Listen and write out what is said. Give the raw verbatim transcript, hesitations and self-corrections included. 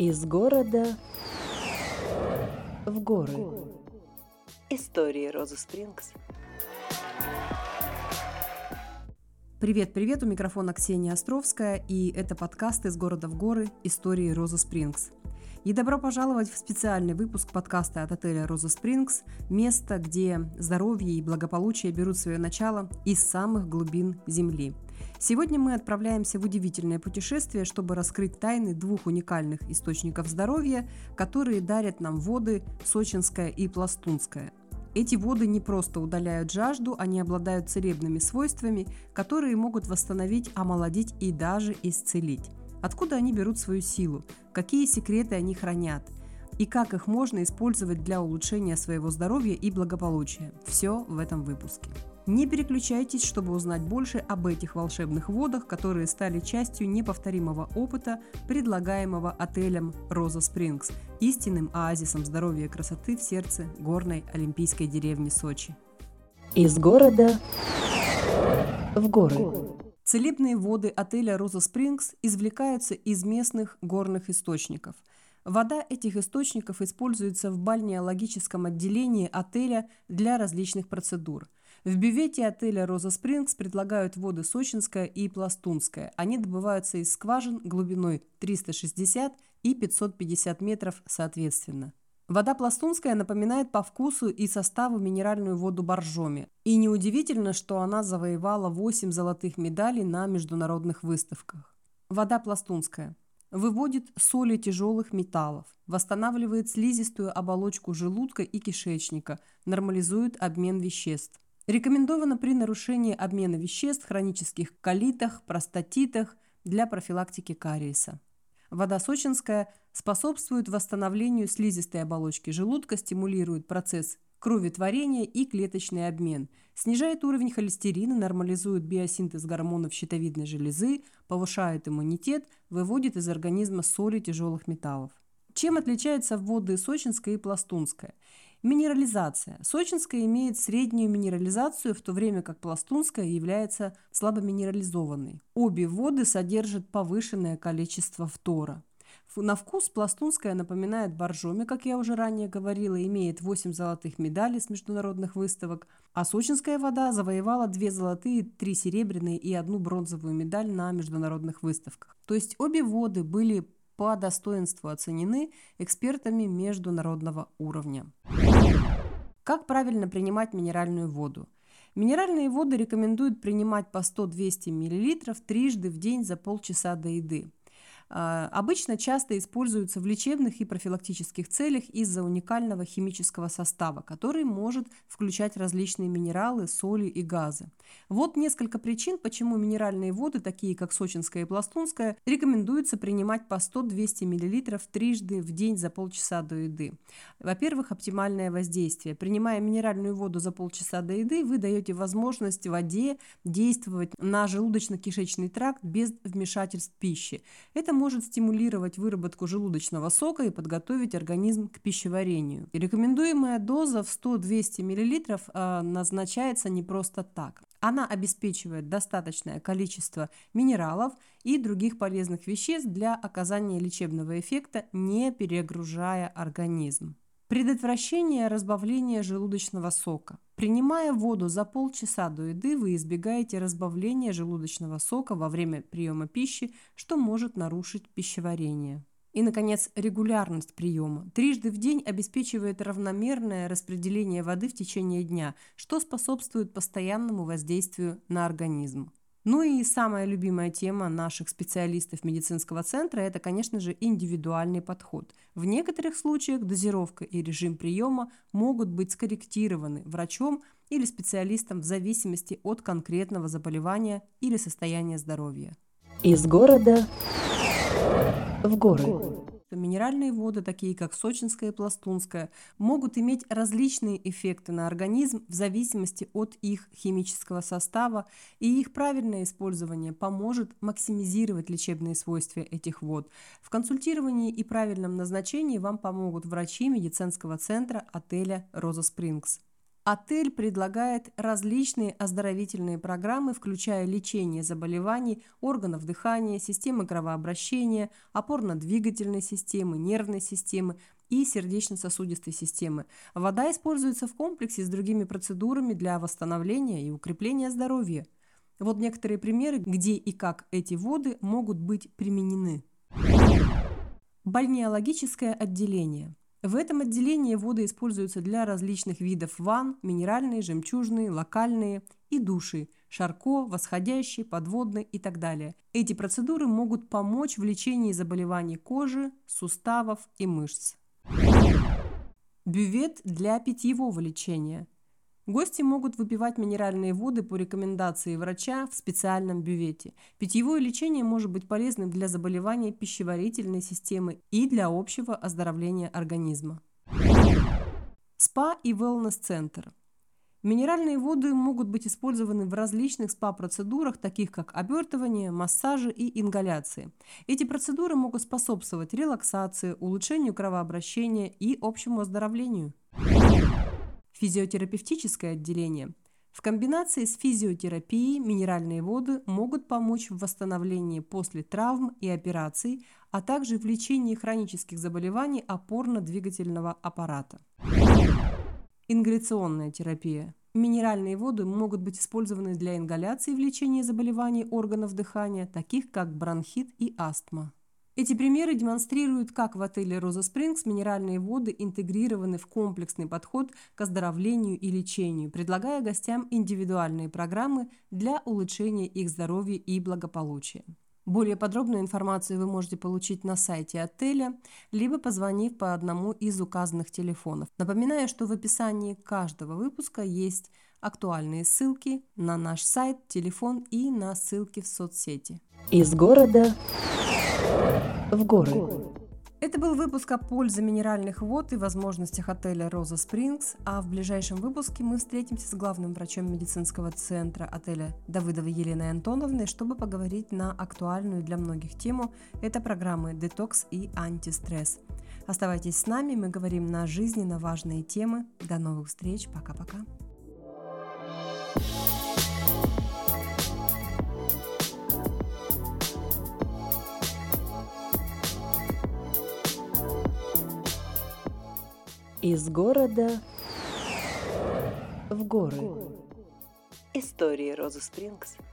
Из города в горы. Истории Розы Спрингс. Привет-привет, у микрофона Ксения Островская, и это подкаст «Из города в горы. Истории Розы Спрингс». И добро пожаловать в специальный выпуск подкаста от отеля «Роза Спрингс», место, где здоровье и благополучие берут свое начало из самых глубин Земли. Сегодня мы отправляемся в удивительное путешествие, чтобы раскрыть тайны двух уникальных источников здоровья, которые дарят нам воды Сочинская и Пластунская. Эти воды не просто удаляют жажду, они обладают целебными свойствами, которые могут восстановить, омолодить и даже исцелить. Откуда они берут свою силу, какие секреты они хранят и как их можно использовать для улучшения своего здоровья и благополучия. Все в этом выпуске. Не переключайтесь, чтобы узнать больше об этих волшебных водах, которые стали частью неповторимого опыта, предлагаемого отелем «Роза Спрингс», истинным оазисом здоровья и красоты в сердце горной олимпийской деревни Сочи. Из города в горы. Целебные воды отеля «Роза Спрингс» извлекаются из местных горных источников. Вода этих источников используется в бальнеологическом отделении отеля для различных процедур. В бювете отеля «Роза Спрингс» предлагают воды Сочинская и Пластунская. Они добываются из скважин глубиной триста шестьдесят и пятьсот пятьдесят метров соответственно. Вода Пластунская напоминает по вкусу и составу минеральную воду Боржоми. И неудивительно, что она завоевала восемь золотых медалей на международных выставках. Вода Пластунская выводит соли тяжелых металлов, восстанавливает слизистую оболочку желудка и кишечника, нормализует обмен веществ. Рекомендовано при нарушении обмена веществ, хронических колитах, простатитах для профилактики кариеса. Вода Сочинская способствует восстановлению слизистой оболочки желудка, стимулирует процесс кроветворения и клеточный обмен, снижает уровень холестерина, нормализует биосинтез гормонов щитовидной железы, повышает иммунитет, выводит из организма соли тяжелых металлов. Чем отличаются воды Сочинская и Пластунская? Минерализация. Сочинская имеет среднюю минерализацию, в то время как Пластунская является слабоминерализованной. Обе воды содержат повышенное количество фтора. На вкус Пластунская напоминает Боржоми, как я уже ранее говорила, имеет восемь золотых медалей с международных выставок, а Сочинская вода завоевала две золотые, три серебряные и одну бронзовую медаль на международных выставках. То есть обе воды были по достоинству оценены экспертами международного уровня. Как правильно принимать минеральную воду? Минеральные воды рекомендуют принимать по сто-двести миллилитров трижды в день за полчаса до еды. Обычно часто используются в лечебных и профилактических целях из-за уникального химического состава, который может включать различные минералы, соли и газы. Вот несколько причин, почему минеральные воды, такие как Сочинская и Пластунская, рекомендуется принимать по сто-двести миллилитров трижды в день за полчаса до еды. Во-первых, оптимальное воздействие. Принимая минеральную воду за полчаса до еды, вы даете возможность воде действовать на желудочно-кишечный тракт без вмешательств пищи. Это может стимулировать выработку желудочного сока и подготовить организм к пищеварению. И рекомендуемая доза в сто-двести миллилитров э, назначается не просто так. Она обеспечивает достаточное количество минералов и других полезных веществ для оказания лечебного эффекта, не перегружая организм. Предотвращение разбавления желудочного сока. Принимая воду за полчаса до еды, вы избегаете разбавления желудочного сока во время приема пищи, что может нарушить пищеварение. И, наконец, регулярность приема. Трижды в день обеспечивает равномерное распределение воды в течение дня, что способствует постоянному воздействию на организм. Ну и самая любимая тема наших специалистов медицинского центра – это, конечно же, индивидуальный подход. В некоторых случаях дозировка и режим приема могут быть скорректированы врачом или специалистом в зависимости от конкретного заболевания или состояния здоровья. Из города в горы. Минеральные воды, такие как Сочинская и Пластунская, могут иметь различные эффекты на организм в зависимости от их химического состава, и их правильное использование поможет максимизировать лечебные свойства этих вод. В консультировании и правильном назначении вам помогут врачи медицинского центра отеля «Роза Спрингс». Отель предлагает различные оздоровительные программы, включая лечение заболеваний органов дыхания, системы кровообращения, опорно-двигательной системы, нервной системы и сердечно-сосудистой системы. Вода используется в комплексе с другими процедурами для восстановления и укрепления здоровья. Вот некоторые примеры, где и как эти воды могут быть применены. Бальнеологическое отделение. В этом отделении воды используются для различных видов ванн, минеральные, жемчужные, локальные и души, шарко, восходящий, подводный и так далее. Эти процедуры могут помочь в лечении заболеваний кожи, суставов и мышц. Бювет для питьевого лечения. Гости могут выпивать минеральные воды по рекомендации врача в специальном бювете. Питьевое лечение может быть полезным для заболеваний пищеварительной системы и для общего оздоровления организма. Спа и wellness-центр. Минеральные воды могут быть использованы в различных спа-процедурах, таких как обертывание, массажи и ингаляции. Эти процедуры могут способствовать релаксации, улучшению кровообращения и общему оздоровлению. Физиотерапевтическое отделение. В комбинации с физиотерапией минеральные воды могут помочь в восстановлении после травм и операций, а также в лечении хронических заболеваний опорно-двигательного аппарата. Ингаляционная терапия. Минеральные воды могут быть использованы для ингаляции в лечении заболеваний органов дыхания, таких как бронхит и астма. Эти примеры демонстрируют, как в отеле Роза Спрингс минеральные воды интегрированы в комплексный подход к оздоровлению и лечению, предлагая гостям индивидуальные программы для улучшения их здоровья и благополучия. Более подробную информацию вы можете получить на сайте отеля, либо позвонив по одному из указанных телефонов. Напоминаю, что в описании каждого выпуска есть актуальные ссылки на наш сайт, телефон и на ссылки в соцсети. Из города в горы. Это был выпуск о пользе минеральных вод и возможностях отеля Роза Спрингс, а в ближайшем выпуске мы встретимся с главным врачом медицинского центра отеля Давыдовой Еленой Антоновной, чтобы поговорить на актуальную для многих тему. Это программы «Детокс» и «Антистресс». Оставайтесь с нами, мы говорим на жизненно важные темы. До новых встреч, пока-пока. Из города в горы. Истории Розы Спрингс